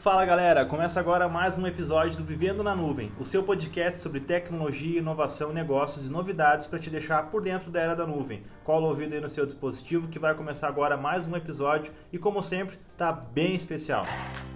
Fala galera, começa agora mais um episódio do Vivendo na Nuvem, o seu podcast sobre tecnologia, inovação, negócios e novidades para te deixar por dentro da era da nuvem. Cola o ouvido aí no seu dispositivo que vai começar agora mais um episódio e como sempre, tá bem especial.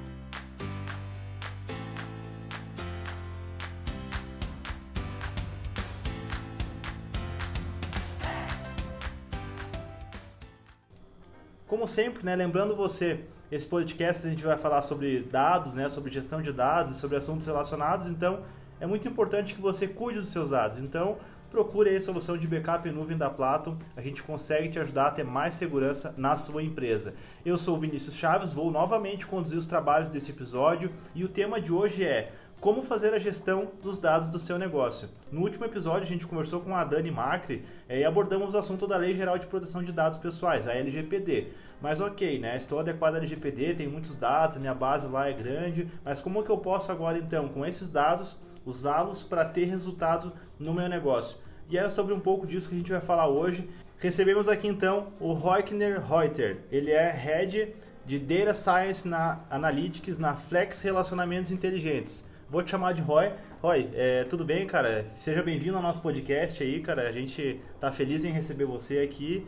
Como sempre, lembrando você, esse podcast a gente vai falar sobre dados, sobre gestão de dados e sobre assuntos relacionados, então é muito importante que você cuide dos seus dados. Então procure aí a solução de backup em nuvem da Platon, a gente consegue te ajudar a ter mais segurança na sua empresa. Eu sou o Vinícius Chaves, vou novamente conduzir os trabalhos desse episódio e o tema de hoje é como fazer a gestão dos dados do seu negócio. No último episódio a gente conversou com a Dani Macri e abordamos o assunto da Lei Geral de Proteção de Dados Pessoais, a LGPD. Mas ok, estou adequado à LGPD, tenho muitos dados, a minha base lá é grande, mas como que eu posso agora então, com esses dados, usá-los para ter resultado no meu negócio? E é sobre um pouco disso que a gente vai falar hoje. Recebemos aqui então o Roykner Reuter, ele é Head de Data Science na Analytics na Flex Relacionamentos Inteligentes. Vou te chamar de Roy. Roy, tudo bem, cara? Seja bem-vindo ao nosso podcast aí, cara. A gente tá feliz em receber você aqui.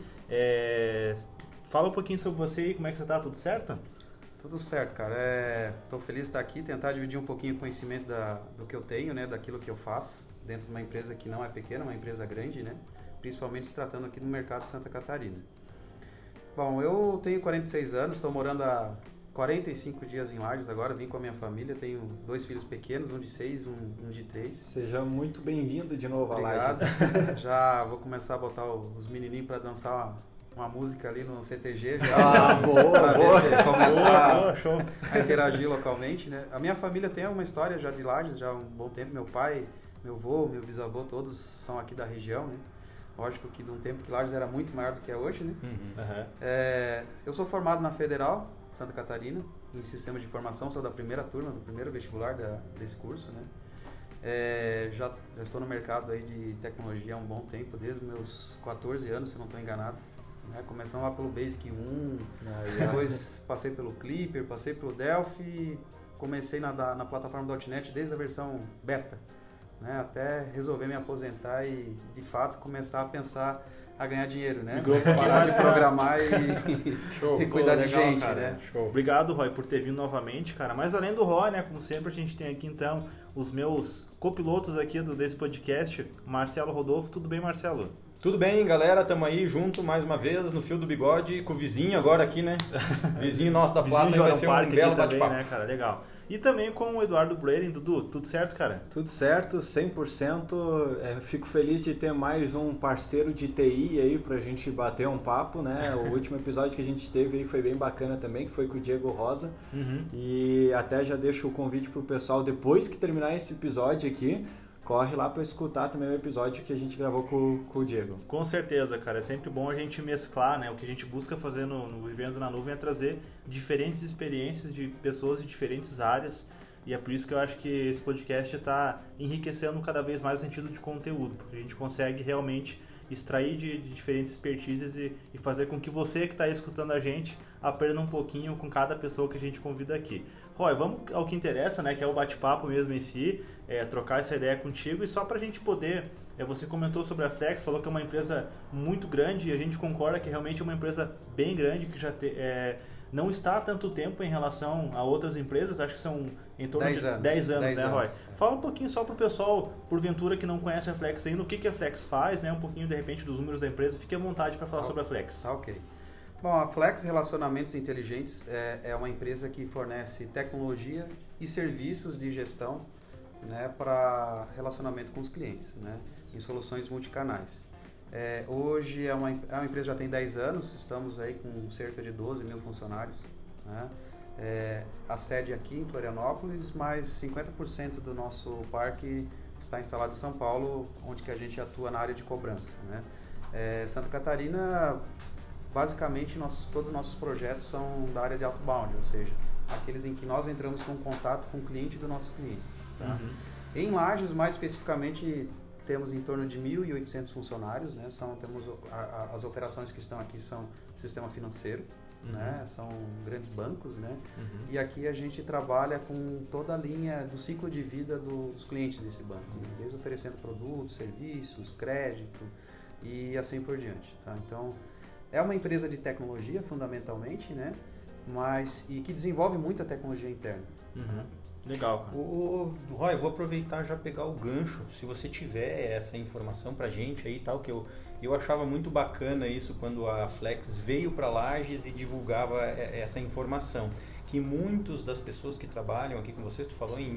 Fala um pouquinho sobre você aí, como é que você tá? Tudo certo? Tudo certo, cara. Tô feliz de estar aqui, tentar dividir um pouquinho o conhecimento do que eu tenho, daquilo que eu faço dentro de uma empresa que não é pequena, uma empresa grande, principalmente se tratando aqui no mercado de Santa Catarina. Bom, eu tenho 46 anos, estou morando há 45 dias em Lages agora, vim com a minha família, tenho 2 filhos pequenos, um de 6, um de 3. Seja muito bem-vindo de novo a Lages. Já vou começar a botar os menininhos para dançar uma música ali no CTG já. Boa! Começar a interagir localmente, A minha família tem uma história já de Lages, já há um bom tempo. Meu pai, meu avô, meu bisavô, todos são aqui da região, Lógico que num tempo que Lages era muito maior do que é hoje, Uhum. Eu sou formado na Federal Santa Catarina, em Sistema de Informação, sou da primeira turma, do primeiro vestibular desse curso, Já estou no mercado aí de tecnologia há um bom tempo, desde os meus 14 anos, se não estou enganado. Começando lá pelo Basic 1, depois passei pelo Clipper, passei pelo Delphi, comecei na plataforma .NET desde a versão beta, até resolver me aposentar e, de fato, começar a pensar a ganhar dinheiro, Parar de programar e cuidar de gente, cara. Show. Obrigado, Roy, por ter vindo novamente, cara. Mas além do Roy, como sempre, a gente tem aqui, então, os meus copilotos aqui desse podcast, Marcelo Rodolfo. Tudo bem, Marcelo? Tudo bem, galera, estamos aí junto mais uma vez no fio do bigode com o vizinho agora aqui, Vizinho nosso da Plata, vai ser um belo bate-papo. Cara, legal. E também com o Eduardo Breiden. Dudu, tudo certo, cara? Tudo certo, 100%. Fico feliz de ter mais um parceiro de TI aí pra gente bater um papo, O último episódio que a gente teve aí foi bem bacana também, que foi com o Diego Rosa. Uhum. E até já deixo o convite pro pessoal, depois que terminar esse episódio aqui, corre lá para escutar também o episódio que a gente gravou com o Diego. Com certeza, cara. É sempre bom a gente mesclar, O que a gente busca fazer no Vivendo na Nuvem é trazer diferentes experiências de pessoas de diferentes áreas. E é por isso que eu acho que esse podcast está enriquecendo cada vez mais o sentido de conteúdo, porque a gente consegue realmente extrair de diferentes expertises e fazer com que você que está escutando a gente aprenda um pouquinho com cada pessoa que a gente convida aqui. Roy, vamos ao que interessa, que é o bate-papo mesmo em si, trocar essa ideia contigo e só para a gente poder, você comentou sobre a Flex, falou que é uma empresa muito grande e a gente concorda que realmente é uma empresa bem grande que já não está há tanto tempo em relação a outras empresas, acho que são em torno de 10 anos, Roy? Fala um pouquinho só para o pessoal, porventura, que não conhece a Flex ainda, o que a Flex faz, um pouquinho, de repente, dos números da empresa. Fique à vontade para falar sobre a Flex. Tá, ok. Bom, a Flex Relacionamentos Inteligentes é uma empresa que fornece tecnologia e serviços de gestão para relacionamento com os clientes, em soluções multicanais. Hoje é uma empresa que já tem 10 anos, estamos aí com cerca de 12 mil funcionários. A sede aqui em Florianópolis, mas 50% do nosso parque está instalado em São Paulo, onde que a gente atua na área de cobrança. Santa Catarina, basicamente, todos os nossos projetos são da área de outbound, ou seja, aqueles em que nós entramos com contato com o cliente do nosso cliente. Tá? Uhum. Em Lages, mais especificamente, temos em torno de 1.800 funcionários, temos as operações que estão aqui são sistema financeiro, né? São grandes bancos, né? E aqui a gente trabalha com toda a linha do ciclo de vida dos clientes desse banco, né? Desde oferecendo produtos, serviços, crédito e assim por diante, tá? Então, é uma empresa de tecnologia, fundamentalmente, né? E que desenvolve muita tecnologia interna. Legal, cara. Roy, eu vou aproveitar já pegar o gancho. Se você tiver essa informação pra gente aí, tal, que eu achava muito bacana isso quando a Flex veio para Lages e divulgava essa informação. Que muitos das pessoas que trabalham aqui com vocês, tu falou em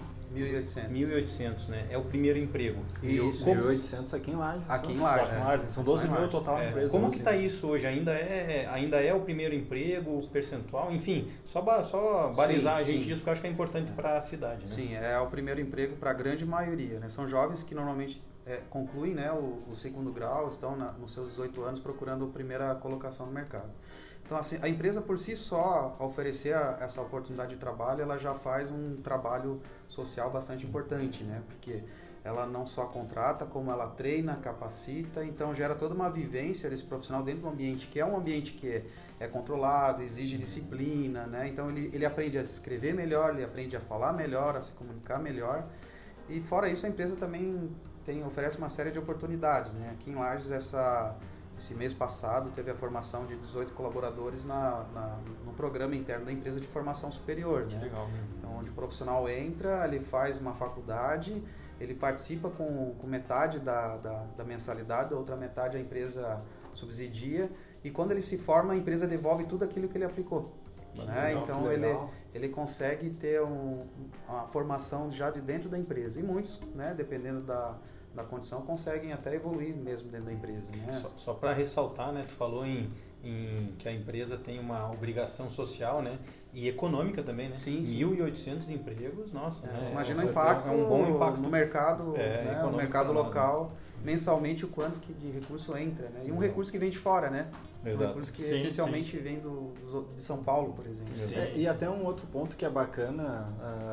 1.800, né? É o primeiro emprego. Isso. 1.800 aqui em Lages. Aqui em Lages. São 12 mil total na empresa. Como que está isso hoje? Ainda é o primeiro emprego, o percentual? Enfim, só balizar a gente disso, porque eu acho que é importante para a cidade. Né? Sim, é o primeiro emprego para a grande maioria. Né? São jovens que normalmente concluem, né, o segundo grau, estão nos seus 18 anos procurando a primeira colocação no mercado. Então, assim, a empresa por si só, ao oferecer essa oportunidade de trabalho, ela já faz um trabalho social bastante importante, né? Porque ela não só contrata, como ela treina, capacita, então gera toda uma vivência desse profissional dentro de um ambiente que é um ambiente que é controlado, exige disciplina, né? Então ele aprende a se escrever melhor, ele aprende a falar melhor, a se comunicar melhor. E fora isso, a empresa também oferece uma série de oportunidades, né? Aqui em Lages, esse mês passado, teve a formação de 18 colaboradores no programa interno da empresa de formação superior. Que né? legal. Então, onde o profissional entra, ele faz uma faculdade, ele participa com metade da mensalidade, a outra metade a empresa subsidia, e quando ele se forma, a empresa devolve tudo aquilo que ele aplicou. Né? Legal, então, ele consegue ter uma formação já de dentro da empresa. E muitos, né, dependendo da condição, conseguem até evoluir mesmo dentro da empresa. Né? Só para ressaltar, né, tu falou em que a empresa tem uma obrigação social, né, e econômica também, né? Sim. 1.800 empregos, nossa. Né? Imagina o impacto, um bom impacto no mercado, né, no mercado local, né? mensalmente o quanto que de recurso entra, né? E um recurso que vem de fora, né? Exato. Um recurso que essencialmente vem de São Paulo, por exemplo. E até um outro ponto que é bacana,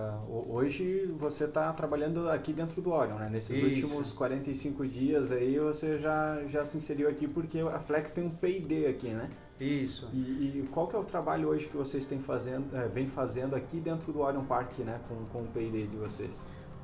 hoje você está trabalhando aqui dentro do Orion, né? Nesses últimos 45 dias aí você já se inseriu aqui porque a Flex tem um P&D aqui, né? Isso. E qual que é o trabalho hoje que vocês vem fazendo aqui dentro do Orion Park, né? Com o P&D de vocês?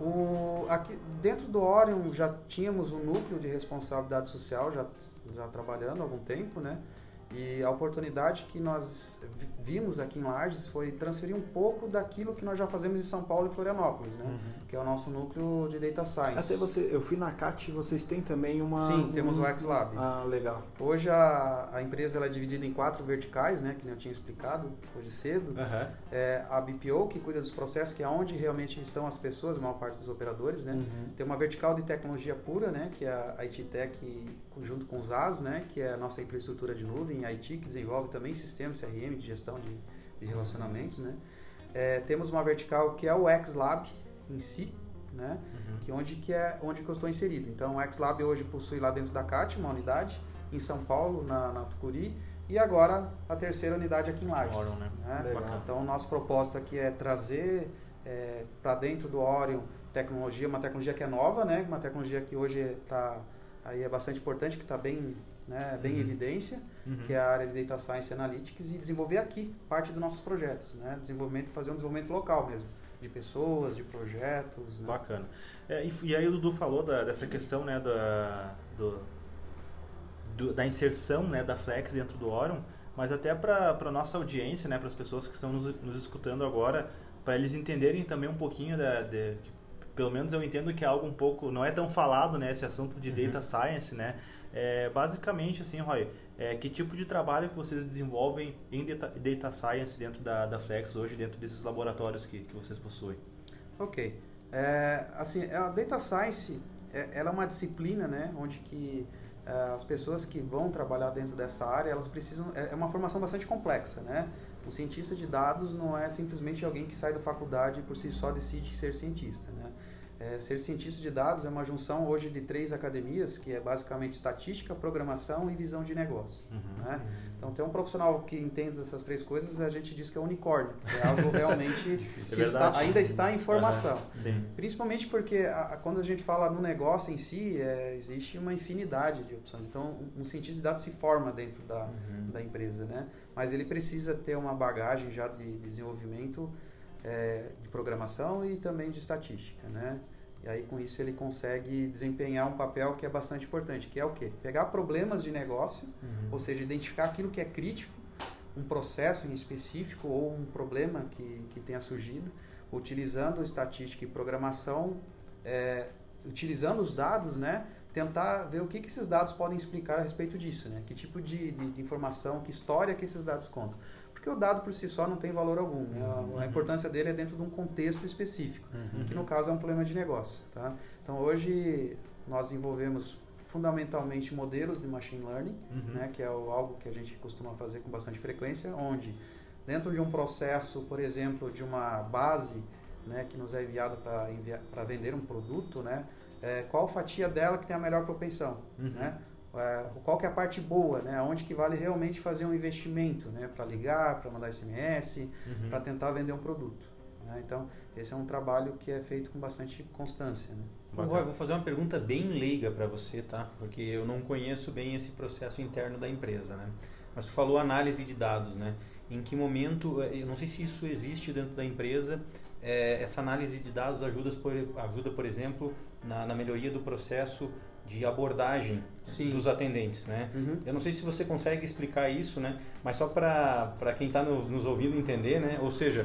Aqui dentro do Orion já tínhamos um núcleo de responsabilidade social já trabalhando há algum tempo, né? E a oportunidade que nós vimos aqui em Lages foi transferir um pouco daquilo que nós já fazemos em São Paulo e Florianópolis, né? Que é o nosso núcleo de Data Science. Até eu fui na CAT, vocês têm também uma... Sim, temos o X-Lab. Ah, legal. Hoje a empresa ela é dividida em 4 verticais, né? Que eu tinha explicado hoje cedo. A BPO, que cuida dos processos, que é onde realmente estão as pessoas, a maior parte dos operadores, né? Tem uma vertical de tecnologia pura, né? Que é a IT Tech junto com os AS, né? Que é a nossa infraestrutura de nuvem, a IT, que desenvolve também sistemas CRM de gestão de relacionamentos, né? Temos uma vertical que é o X-Lab em si, né? Onde que eu estou inserido. Então, o X-Lab hoje possui lá dentro da CAT uma unidade, em São Paulo, na Tucuri, e agora a terceira unidade aqui em Lages. Orion, né? Então, o nosso propósito aqui é trazer para dentro do Orion uma tecnologia que é nova, né? Uma tecnologia que hoje aí é bastante importante, que está bem em evidência, que é a área de Data Science Analytics, e desenvolver aqui parte dos nossos projetos, né? Fazer um desenvolvimento local mesmo, de pessoas, de projetos. Né? Bacana. E aí o Dudu falou dessa questão, né, da inserção, né, da Flex dentro do Orion, mas até para a nossa audiência, né, para as pessoas que estão nos escutando agora, para eles entenderem também um pouquinho pelo menos eu entendo que é algo um pouco, não é tão falado, né, esse assunto de Data Science, né? Basicamente, assim, Roy, que tipo de trabalho que vocês desenvolvem em Data Science dentro da Flex hoje, dentro desses laboratórios que vocês possuem? Ok. A Data Science, ela é uma disciplina, né, onde que as pessoas que vão trabalhar dentro dessa área, elas precisam... É uma formação bastante complexa, né? Um cientista de dados não é simplesmente alguém que sai da faculdade e por si só decide ser cientista, né? Ser cientista de dados é uma junção hoje de 3 academias, que é basicamente estatística, programação e visão de negócio. Né? Então, ter um profissional que entenda essas 3 coisas, a gente diz que é unicórnio. É algo realmente que ainda está em formação. Principalmente porque quando a gente fala no negócio em si, existe uma infinidade de opções. Então, um cientista de dados se forma dentro da empresa, né? Mas ele precisa ter uma bagagem já de desenvolvimento de programação e também de estatística, né? E aí com isso ele consegue desempenhar um papel que é bastante importante, que é o quê? Pegar problemas de negócio, ou seja, identificar aquilo que é crítico, um processo em específico ou um problema que tenha surgido, utilizando estatística e programação, utilizando os dados, né? Tentar ver o que esses dados podem explicar a respeito disso, né? Que tipo de informação, que história que esses dados contam. Porque o dado por si só não tem valor algum. Né? A importância dele é dentro de um contexto específico, que no caso é um problema de negócio. Tá? Então hoje nós desenvolvemos fundamentalmente modelos de machine learning, né? Que é algo que a gente costuma fazer com bastante frequência, onde dentro de um processo, por exemplo, de uma base, né, que nos é enviada para vender um produto, né? Qual fatia dela que tem a melhor propensão, né? Qual que é a parte boa, né? Onde que vale realmente fazer um investimento, né? Para ligar, para mandar SMS, para tentar vender um produto, né? Então, esse é um trabalho que é feito com bastante constância, né? Roy, vou fazer uma pergunta bem leiga para você, tá? Porque eu não conheço bem esse processo interno da empresa, né? Mas tu falou análise de dados, né? Em que momento, eu não sei se isso existe dentro da empresa, essa análise de dados ajuda, por exemplo, na melhoria do processo de abordagem dos atendentes, né? Eu não sei se você consegue explicar isso, né? Mas só para quem está nos ouvindo entender, né? Ou seja,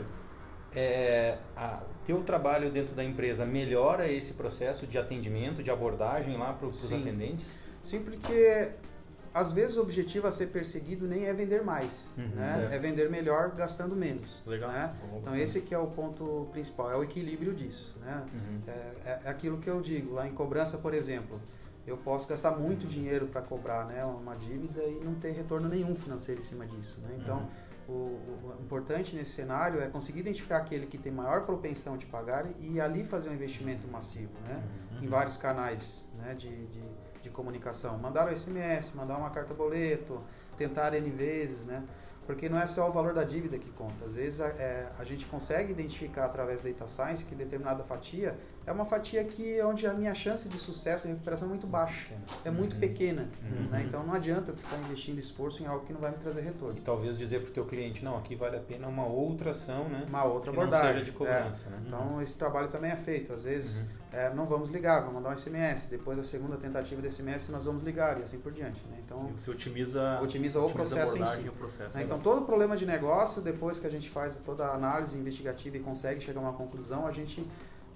teu trabalho dentro da empresa melhora esse processo de atendimento, de abordagem lá para os atendentes? Sim, porque às vezes o objetivo a ser perseguido nem é vender mais, né? É vender melhor gastando menos. Legal. Né? Então esse que é o ponto principal, é o equilíbrio disso, né? É aquilo que eu digo, lá em cobrança, por exemplo, eu posso gastar muito dinheiro para cobrar, né, uma dívida e não ter retorno nenhum financeiro em cima disso, né? Então, o importante nesse cenário é conseguir identificar aquele que tem maior propensão de pagar e ali fazer um investimento massivo, né? Em vários canais, né, de comunicação. Mandar um SMS, mandar uma carta boleto, tentar N vezes, né? Porque não é só o valor da dívida que conta. Às vezes a gente consegue identificar através da Data Science que determinada fatia é uma fatia onde a minha chance de sucesso e recuperação é muito baixa, é muito pequena. Né? Então não adianta eu ficar investindo esforço em algo que não vai me trazer retorno. E talvez dizer para o teu cliente, não, aqui vale a pena uma outra ação, né? Uma outra que abordagem. Não seja de cobrança, né? Então esse trabalho também é feito. Às vezes não vamos ligar, vamos mandar um SMS. Depois da segunda tentativa de SMS nós vamos ligar e assim por diante. Né? Então você otimiza o processo em si. Processo, né? Então todo problema de negócio, depois que a gente faz toda a análise investigativa e consegue chegar a uma conclusão, a gente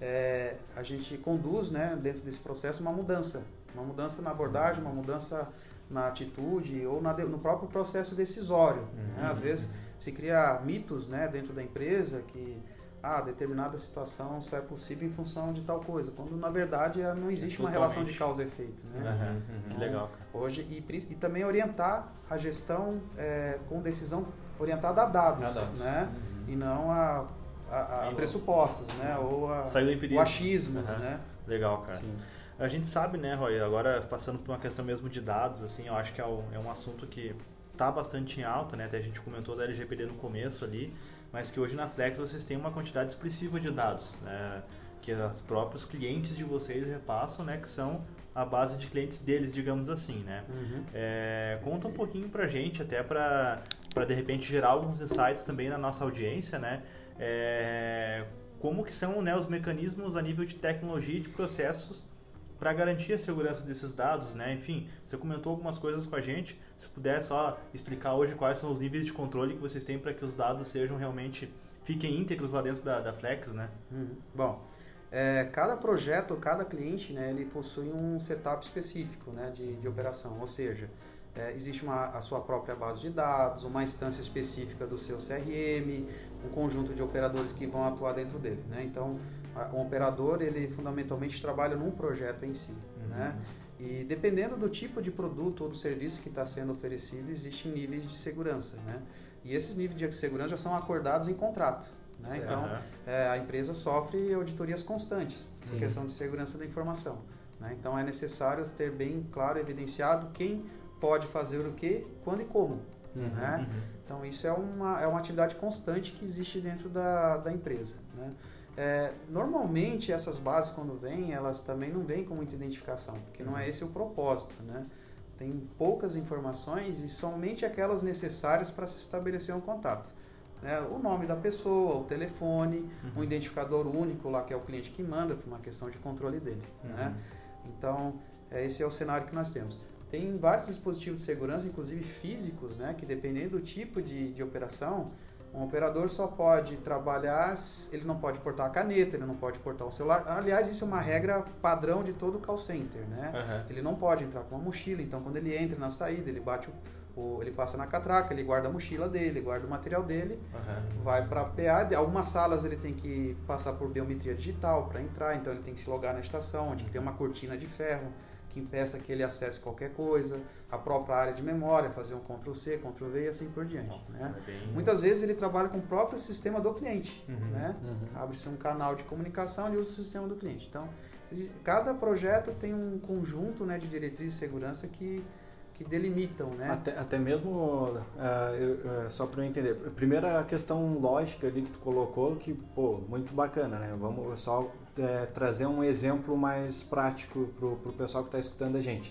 conduz, né, dentro desse processo uma mudança na abordagem, uma mudança na atitude ou no próprio processo decisório. Né? Às vezes se cria mitos, né, dentro da empresa que determinada situação só é possível em função de tal coisa, quando na verdade não existe uma relação de causa e efeito. Né? Então, legal, cara. Hoje, e também orientar a gestão com decisão orientada a dados, né? E não a pressupostos, né? Ou o achismo, né? Legal, cara. Sim. A gente sabe, né, Roy, agora passando por uma questão mesmo de dados, assim, eu acho que é um assunto que está bastante em alta, né? Até a gente comentou da LGPD no começo ali, mas que hoje na Flex vocês têm uma quantidade expressiva de dados, né? Que os próprios clientes de vocês repassam, né? Que são a base de clientes deles, digamos assim, né? Conta um pouquinho pra gente, até para de repente gerar alguns insights também na nossa audiência, né? Como que são, né, os mecanismos a nível de tecnologia e de processos para garantir a segurança desses dados, né? Enfim, você comentou algumas coisas com a gente, se puder só explicar hoje quais são os níveis de controle que vocês têm para que os dados sejam realmente, fiquem íntegros lá dentro da Flex, né? Bom, cada projeto, cada cliente, né, ele possui um setup específico, né, de operação, ou seja, existe a sua própria base de dados, uma instância específica do seu CRM, um conjunto de operadores que vão atuar dentro dele, né? Então, um operador, ele fundamentalmente trabalha num projeto em si, né? E dependendo do tipo de produto ou do serviço que está sendo oferecido, existem níveis de segurança, né? E esses níveis de segurança já são acordados em contrato, né? Então, a empresa sofre auditorias constantes em questão de segurança da informação, né? Então, é necessário ter bem claro, evidenciado quem pode fazer o que, quando e como. Né? Então, isso é uma atividade constante que existe dentro da empresa, né? Normalmente, essas bases, quando vêm, elas também não vêm com muita identificação, porque não é esse o propósito, né? Tem poucas informações e somente aquelas necessárias para se estabelecer um contato, né? O nome da pessoa, o telefone, um identificador único lá, que é o cliente que manda, por uma questão de controle dele, né? Então, esse é o cenário que nós temos. Tem vários dispositivos de segurança, inclusive físicos, né, que dependendo do tipo de operação, um operador só pode trabalhar, ele não pode portar a caneta, ele não pode portar o celular. Aliás, isso é uma regra padrão de todo call center, né? Ele não pode entrar com uma mochila, então quando ele entra na saída, ele bate ele passa na catraca, ele guarda a mochila dele, guarda o material dele, vai para PA. Algumas salas ele tem que passar por biometria digital para entrar, então ele tem que se logar na estação, onde tem uma cortina de ferro que impeça que ele acesse qualquer coisa, a própria área de memória, fazer um Ctrl+C, Ctrl+V e assim por diante. Nossa, né? Muitas vezes ele trabalha com o próprio sistema do cliente, né? Abre-se um canal de comunicação e usa o sistema do cliente. Então, cada projeto tem um conjunto, né, de diretrizes de segurança que delimitam, né? Até mesmo, só para eu entender, primeira questão lógica ali que tu colocou, que, pô, muito bacana, né? Vamos só trazer um exemplo mais prático pro pessoal que está escutando a gente.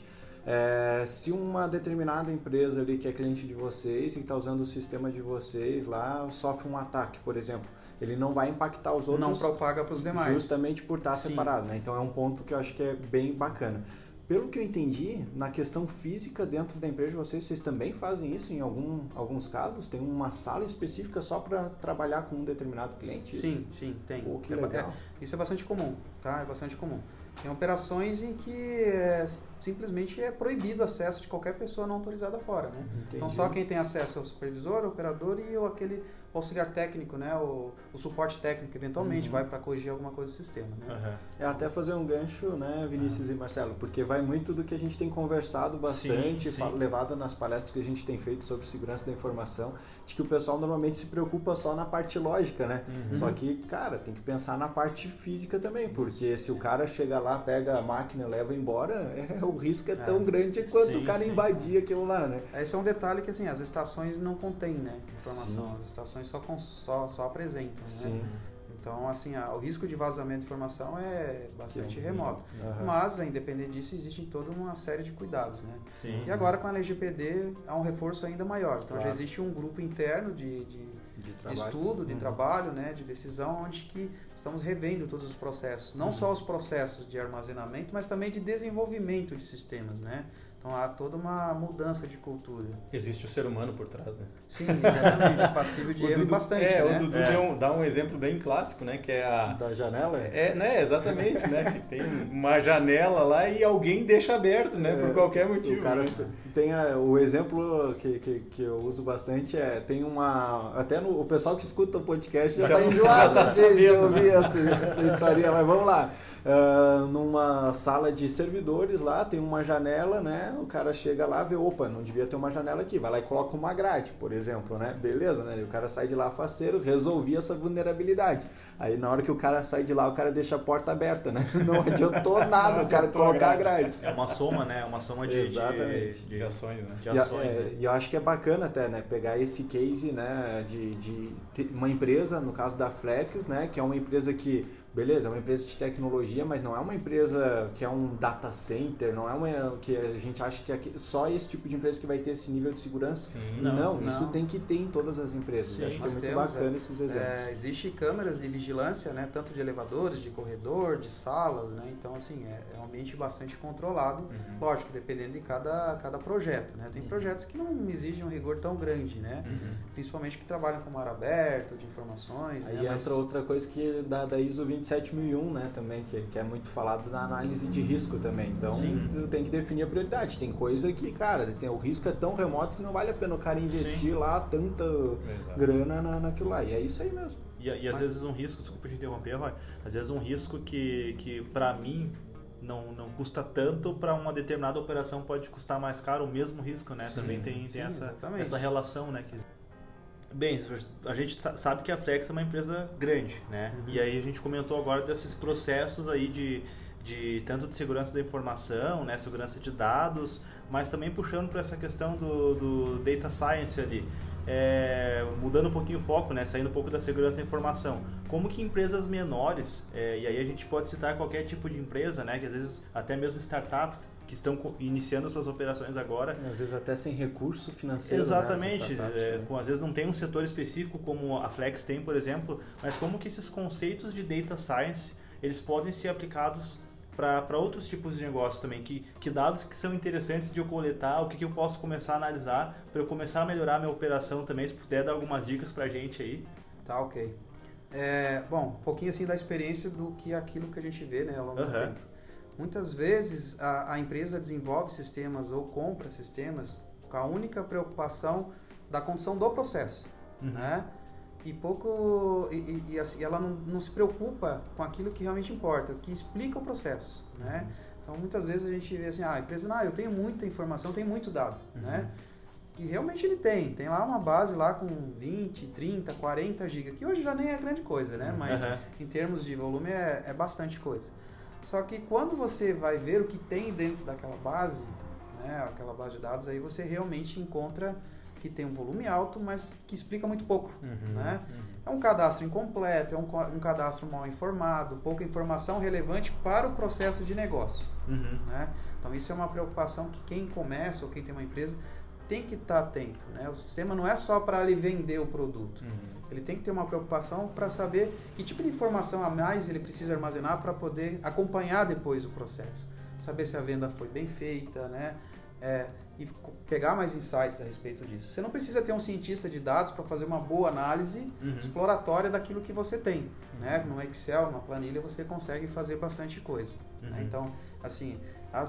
Se uma determinada empresa ali que é cliente de vocês e que está usando o sistema de vocês lá sofre um ataque, por exemplo, ele não vai impactar os outros. Não propaga para os demais. Justamente por estar separado, né? Então é um ponto que eu acho que é bem bacana. Pelo que eu entendi, na questão física dentro da empresa de vocês também fazem isso em alguns casos? Tem uma sala específica só para trabalhar com um determinado cliente? Sim, tem. Pô, que legal. Isso é bastante comum, tá? É bastante comum. Tem operações em que simplesmente é proibido o acesso de qualquer pessoa não autorizada fora, né? Então só quem tem acesso é o supervisor, o operador e aquele auxiliar técnico, né? O suporte técnico eventualmente vai para corrigir alguma coisa do sistema, né? Até fazer um gancho, né, Vinícius e Marcelo, porque vai muito do que a gente tem conversado bastante, levado nas palestras que a gente tem feito sobre segurança da informação, de que o pessoal normalmente se preocupa só na parte lógica, né? Só que, cara, tem que pensar na parte física também, porque se o cara chega lá, pega a máquina, leva embora, o risco é tão grande quanto o cara invadir aquilo lá, né? Esse é um detalhe que, assim, as estações não contêm, né, informação, as estações só apresentam, né? Então, assim, o risco de vazamento de informação é bastante remoto. Mas, independente disso, existe toda uma série de cuidados, né? E agora, com a LGPD, há um reforço ainda maior. Então, já existe um grupo interno de estudo, de trabalho, né, de decisão, onde que estamos revendo todos os processos. Não só os processos de armazenamento, mas também de desenvolvimento de sistemas, né? Então há toda uma mudança de cultura. Existe o ser humano por trás, né? Sim, exatamente. Passível de erro bastante, né? O Dudu dá um exemplo bem clássico, né? Que é a... Da janela? Né? Exatamente, né? Que tem uma janela lá e alguém deixa aberto, né? Por qualquer motivo. O cara tem o exemplo que eu uso bastante tem uma... Até o pessoal que escuta o podcast já tá enjoado de ouvir essa historinha, mas vamos lá. Numa sala de servidores lá, tem uma janela, né? O cara chega lá, vê, opa, não devia ter uma janela aqui, vai lá e coloca uma grade, por exemplo, né? Beleza, né? O cara sai de lá faceiro, resolvi essa vulnerabilidade. Aí na hora que o cara sai de lá, o cara deixa a porta aberta, né? Não adiantou nada o cara colocar a grade. É uma soma, né? Uma soma de ações, né? De ações, e eu acho que é bacana até, né? Pegar esse case, né? De uma empresa, no caso da Flex, né? Que é uma empresa que, beleza, é uma empresa de tecnologia, mas não é uma empresa que é um data center, não é uma que a gente acha que só esse tipo de empresa que vai ter esse nível de segurança. Sim, não, isso tem que ter em todas as empresas. Sim, acho que é muito bacana esses exemplos. Existe câmeras de vigilância, né? Tanto de elevadores, de corredor, de salas, né? Então, assim, é um ambiente bastante controlado, lógico, dependendo de cada projeto, né? Tem projetos que não exigem um rigor tão grande, né? Principalmente que trabalham com mar aberto, de informações. Aí entra outra coisa que da ISO 27001, né? Também, que é muito falado na análise de risco também. Então, tem que definir a prioridade. Tem coisa que, cara, o risco é tão remoto que não vale a pena o cara investir lá tanta grana naquilo lá. E é isso aí mesmo. E às vezes um risco, desculpa te interromper, Roy, às vezes um risco que para mim não custa tanto, para uma determinada operação pode custar mais caro o mesmo risco, né? Também tem essa relação, né? Bem, a gente sabe que a Flex é uma empresa grande, né? E aí a gente comentou agora desses processos aí de tanto de segurança da informação, né? Segurança de dados, mas também puxando para essa questão do data science ali. Mudando um pouquinho o foco, né? Saindo um pouco da segurança da informação. Como que empresas menores, e aí a gente pode citar qualquer tipo de empresa, né? Que às vezes até mesmo startups que estão iniciando suas operações agora. Às vezes até sem recurso financeiro. Exatamente. Né? Às vezes não tem um setor específico como a Flex tem, por exemplo, mas como que esses conceitos de data science, eles podem ser aplicados para outros tipos de negócios também, que dados que são interessantes de eu coletar, o que eu posso começar a analisar para eu começar a melhorar a minha operação também, se puder dar algumas dicas para a gente aí. Tá, ok. Bom, um pouquinho assim da experiência do que aquilo que a gente vê, né, ao longo do tempo. Muitas vezes a empresa desenvolve sistemas ou compra sistemas com a única preocupação da condução do processo, né? E assim, ela não se preocupa com aquilo que realmente importa, que explica o processo, né? Então, muitas vezes a gente vê assim, a empresa, eu tenho muita informação, tenho muito dado, né? E realmente ele tem lá uma base lá com 20, 30, 40 GB, que hoje já nem é grande coisa, né? Mas em termos de volume é bastante coisa. Só que quando você vai ver o que tem dentro daquela base, né? Aquela base de dados, aí você realmente encontra que tem um volume alto, mas que explica muito pouco, né? É um cadastro incompleto, é um cadastro mal informado, pouca informação relevante para o processo de negócio, né? Então isso é uma preocupação que quem começa ou quem tem uma empresa tem que estar atento, né? O sistema não é só para ele vender o produto, ele tem que ter uma preocupação para saber que tipo de informação a mais ele precisa armazenar para poder acompanhar depois o processo, saber se a venda foi bem feita, né? E pegar mais insights a respeito disso. Você não precisa ter um cientista de dados para fazer uma boa análise exploratória daquilo que você tem, né? No Excel, na planilha, você consegue fazer bastante coisa, né? Então, assim,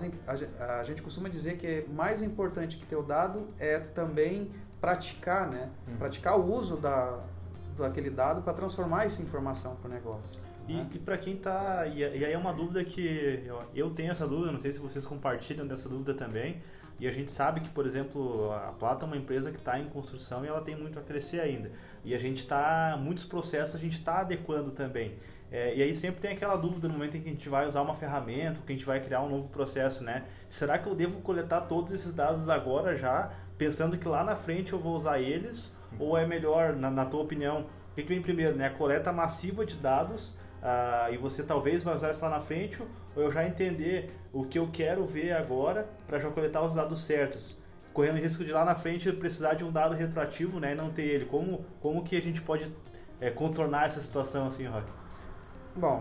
a gente costuma dizer que é mais importante que ter o dado é também praticar, né? Praticar o uso daquele dado para transformar essa informação para o negócio. E para quem tá... E aí é uma dúvida que... Eu tenho essa dúvida, não sei se vocês compartilham dessa dúvida também. E a gente sabe que, por exemplo, a Plata é uma empresa que está em construção e ela tem muito a crescer ainda. E a gente está... Muitos processos a gente está adequando também. E aí sempre tem aquela dúvida no momento em que a gente vai usar uma ferramenta, que a gente vai criar um novo processo, né? Será que eu devo coletar todos esses dados agora já, pensando que lá na frente eu vou usar eles? Ou é melhor, na tua opinião, o que vem primeiro, né? A coleta massiva de dados... e você talvez vai usar isso lá na frente, ou eu já entender o que eu quero ver agora para já coletar os dados certos, correndo o risco de lá na frente precisar de um dado retroativo, né, e não ter ele. Como que a gente pode contornar essa situação assim, Roy? Bom,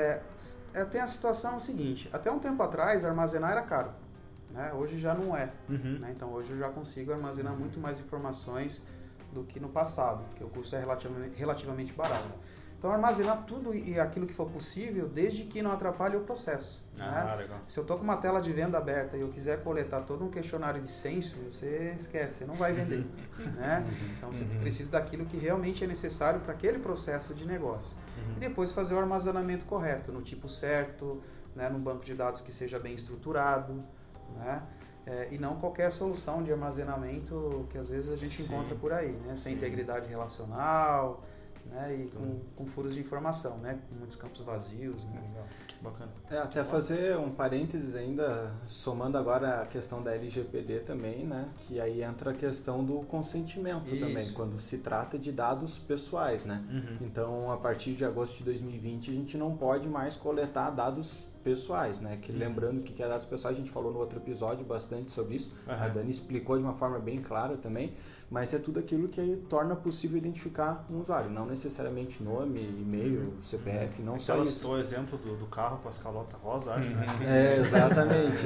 tem a situação seguinte, até um tempo atrás armazenar era caro, né? Hoje já não é, né? Então hoje eu já consigo armazenar muito mais informações do que no passado, porque o custo é relativamente barato. Então, armazenar tudo e aquilo que for possível, desde que não atrapalhe o processo. Né? Legal. Se eu estou com uma tela de venda aberta e eu quiser coletar todo um questionário de censo, você esquece, você não vai vender. Né? Então, você precisa daquilo que realmente é necessário para aquele processo de negócio. E depois fazer o armazenamento correto, no tipo certo, né? Num banco de dados que seja bem estruturado, né? E não qualquer solução de armazenamento que às vezes a gente encontra por aí, né? Sem integridade relacional... Né, e com furos de informação, né, com muitos campos vazios. Né? Legal. Bacana. Até fazer um parênteses ainda, somando agora a questão da LGPD também, né, que aí entra a questão do consentimento também, quando se trata de dados pessoais. Né? Então, a partir de agosto de 2020, a gente não pode mais coletar dados pessoais, né? Que lembrando o que é dados pessoais, a gente falou no outro episódio bastante sobre isso. A Dani explicou de uma forma bem clara também, mas é tudo aquilo que torna possível identificar um usuário, não necessariamente nome, e-mail, CPF, não só isso. Ela citou o exemplo do carro com as calotas rosa, acho, né? Exatamente.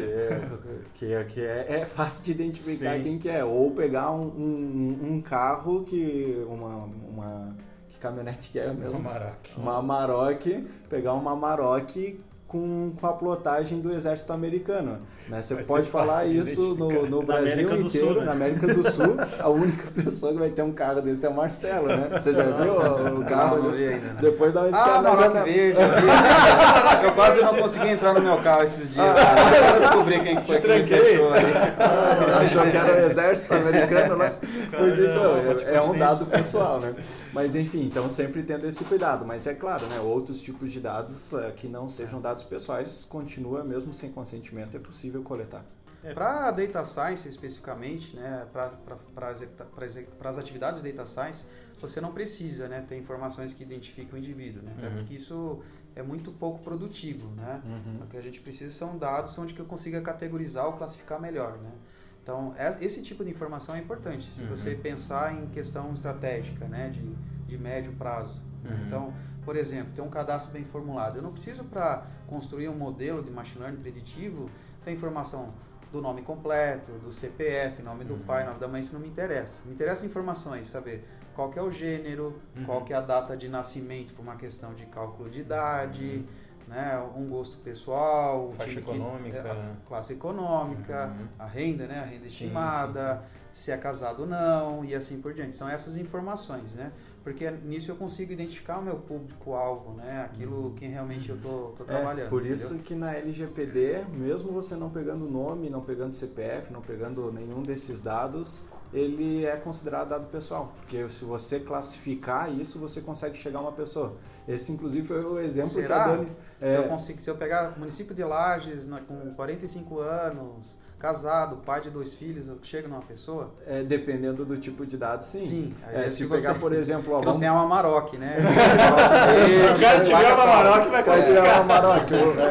Que é fácil de identificar quem que é. Ou pegar um carro que que caminhonete que é mesmo? Uma Amarok. Uma Amarok, pegar uma Amarok com a plotagem do exército americano. Né? Você Vai pode falar isso no Brasil inteiro, Sul, né? na América do Sul. A única pessoa que vai ter um carro desse é o Marcelo, né? Você já viu o carro? Não vi ainda, né? Depois dá uma espiada na Maroc janela. Verde. Eu quase não consegui entrar no meu carro esses dias. Eu descobri quem que foi que me fechou aí. Achou que era o exército americano, né? Pois então, é um continência. dado pessoal, né? Mas enfim, então sempre tendo esse cuidado. Mas é claro, né? Outros tipos de dados que não sejam dados pessoais, continua mesmo sem consentimento, é possível coletar. Para Data Science especificamente, né, para as atividades de Data Science, você não precisa, né, ter informações que identificam o indivíduo, né, até porque isso é muito pouco produtivo. Né? O que a gente precisa são dados onde que eu consiga categorizar ou classificar melhor. Né? Então, esse tipo de informação é importante, se você pensar em questão estratégica, né, de médio prazo. Né? Então, por exemplo, ter um cadastro bem formulado. Eu não preciso, para construir um modelo de machine learning preditivo, ter informação do nome completo, do CPF, nome do pai, nome da mãe, isso não me interessa. Me interessa informações, saber qual que é o gênero, qual que é a data de nascimento por uma questão de cálculo de idade, né, um gosto pessoal, faixa econômica, a classe econômica, a renda, né, a renda estimada, se é casado ou não e assim por diante. São essas informações, né? Porque nisso eu consigo identificar o meu público-alvo, né? Aquilo que realmente eu estou trabalhando. Por isso entendeu? que na LGPD, mesmo você não pegando nome, não pegando CPF, não pegando nenhum desses dados, ele é considerado dado pessoal. Porque se você classificar isso, você consegue chegar a uma pessoa. Esse, inclusive, foi o exemplo que a Dani... Se eu pegar o município de Lages, com 45 anos, casado, pai de 2 filhos, eu chego numa pessoa? Dependendo do tipo de dados, sim. Sim. Se pegar, por exemplo... Nós temos uma Maroc, né? Se o cara tiver uma Maroc, vai Pode tirar classificar. uma Maroc.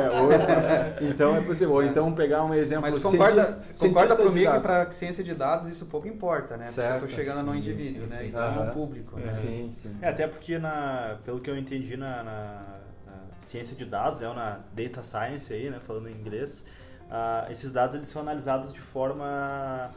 Então é possível. Ou então pegar um exemplo... Mas concorda cientista de comigo que dados. para ciência de dados isso pouco importa, né? Certo. Porque eu estou chegando no indivíduo, né? Então no público. Né? Sim, sim. Até porque, pelo que eu entendi na ciência de dados, na Data Science, aí, né, falando em inglês, esses dados eles são analisados de forma...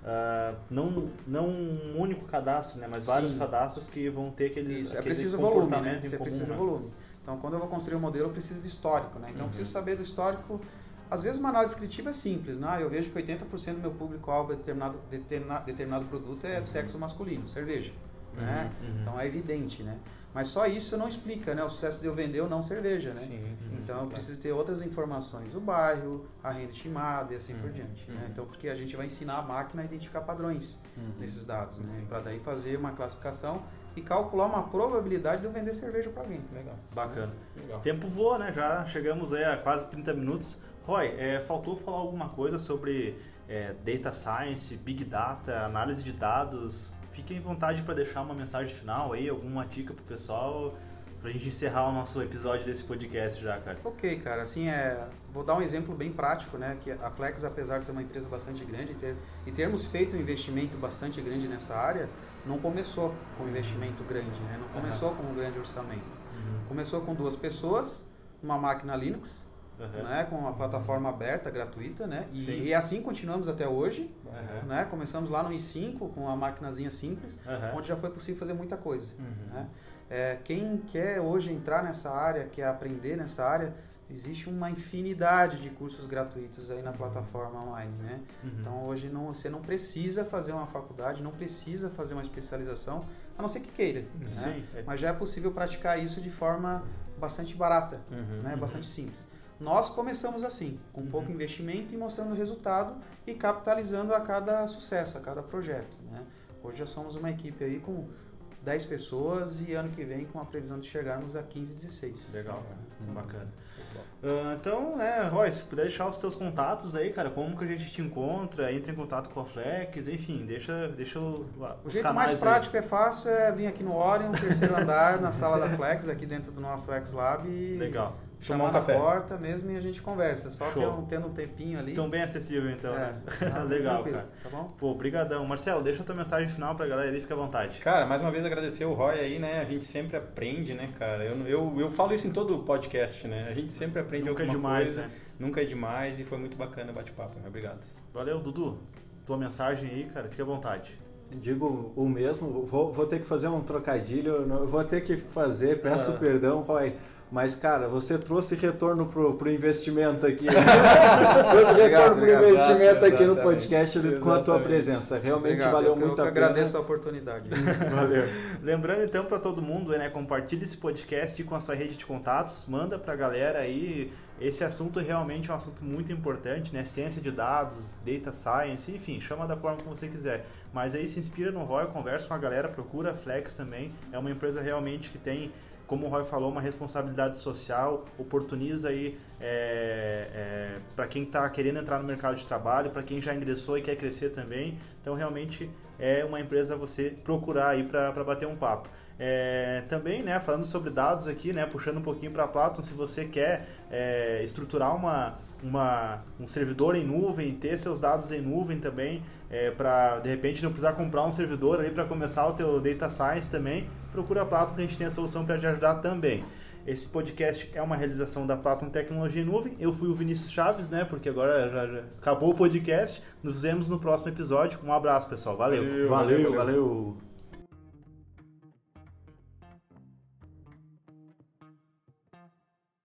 não um único cadastro, né, mas vários cadastros que vão ter aquele preciso volume, né? comportamento em Você comum, precisa né? volume. Então, quando eu vou construir um modelo, eu preciso de histórico, né? Então, eu preciso saber do histórico. Às vezes, uma análise descritiva é simples, né? Eu vejo que 80% do meu público-alvo de determinado produto é do sexo masculino, cerveja. Né? Então, é evidente, né? Mas só isso não explica, né? O sucesso de eu vender ou não cerveja, né? Então, eu preciso ter outras informações. O bairro, a renda estimada e assim por diante. Né? Então, porque a gente vai ensinar a máquina a identificar padrões nesses dados, né? Para daí fazer uma classificação e calcular uma probabilidade de eu vender cerveja para alguém. Legal. Bacana. Legal. Tempo voa, né? Já chegamos aí a quase 30 minutos. Roy, faltou falar alguma coisa sobre Data Science, Big Data, análise de dados? Fiquem à vontade para deixar uma mensagem final aí, alguma dica pro pessoal, pra gente encerrar o nosso episódio desse podcast já, cara. Ok, cara, assim, vou dar um exemplo bem prático, né, que a Flex, apesar de ser uma empresa bastante grande e termos feito um investimento bastante grande nessa área, não começou com um investimento grande, né, não começou com um grande orçamento. Começou com 2 pessoas, uma máquina Linux, né, com uma plataforma aberta, gratuita, né, e assim continuamos até hoje, né, começamos lá no i5 com uma maquinazinha simples, onde já foi possível fazer muita coisa. Né. Quem quer hoje entrar nessa área, quer aprender nessa área, existe uma infinidade de cursos gratuitos aí na plataforma online, né? Então hoje você não precisa fazer uma faculdade, não precisa fazer uma especialização, a não ser que queira, né? Mas já é possível praticar isso de forma bastante barata, né? Bastante simples. Nós começamos assim, com pouco investimento e mostrando resultado e capitalizando a cada sucesso, a cada projeto, né? Hoje já somos uma equipe aí com 10 pessoas e ano que vem com a previsão de chegarmos a 15, 16. Legal, cara. Bacana. Então, né, Roy, se puder deixar os teus contatos aí, cara, como que a gente te encontra, entra em contato com a Flex, enfim, deixa o jeito mais prático e fácil é vir aqui no Orion, 3º andar, na sala da Flex, aqui dentro do nosso X-Lab e legal. Chamar na porta mesmo e a gente conversa, só tendo um tempinho ali. Então bem acessível então, né? Legal, cara. Tá bom? Pô, brigadão. Marcelo, deixa a tua mensagem final pra galera aí, fica à vontade. Cara, mais uma vez agradecer o Roy aí, né? A gente sempre aprende, né, cara? Eu falo isso em todo o podcast, né? A gente sempre aprende Nunca alguma demais, coisa. Né? Nunca é demais e foi muito bacana o bate-papo, né? Obrigado. Valeu, Dudu. Tua mensagem aí, cara, fica à vontade. Digo o mesmo, vou ter que fazer um trocadilho, vou ter que fazer, peço perdão, Roy. Mas, cara, você trouxe retorno pro investimento aqui. Trouxe retorno pro investimento aqui no podcast com a tua presença. Realmente valeu muito a pena. Eu agradeço a oportunidade. Valeu. Lembrando então para todo mundo, né, compartilhe esse podcast com a sua rede de contatos, manda pra galera aí. Esse assunto realmente é um assunto muito importante, né? Ciência de dados, data science, enfim, chama da forma que você quiser. Mas aí se inspira no Roy, conversa com a galera, procura a Flex também. É uma empresa realmente que tem, como o Roy falou, uma responsabilidade social, oportuniza aí para quem está querendo entrar no mercado de trabalho, para quem já ingressou e quer crescer também. Então realmente é uma empresa a você procurar aí para bater um papo. Também, né, falando sobre dados aqui, né, puxando um pouquinho para a Platon, se você quer estruturar um servidor em nuvem, ter seus dados em nuvem também, para de repente não precisar comprar um servidor ali para começar o teu Data Science também, procura a Platon que a gente tem a solução para te ajudar também. Esse podcast é uma realização da Platon Tecnologia em Nuvem. Eu fui o Vinícius Chaves, né, porque agora já acabou o podcast. Nos vemos no próximo episódio. Um abraço, pessoal. Valeu. Valeu.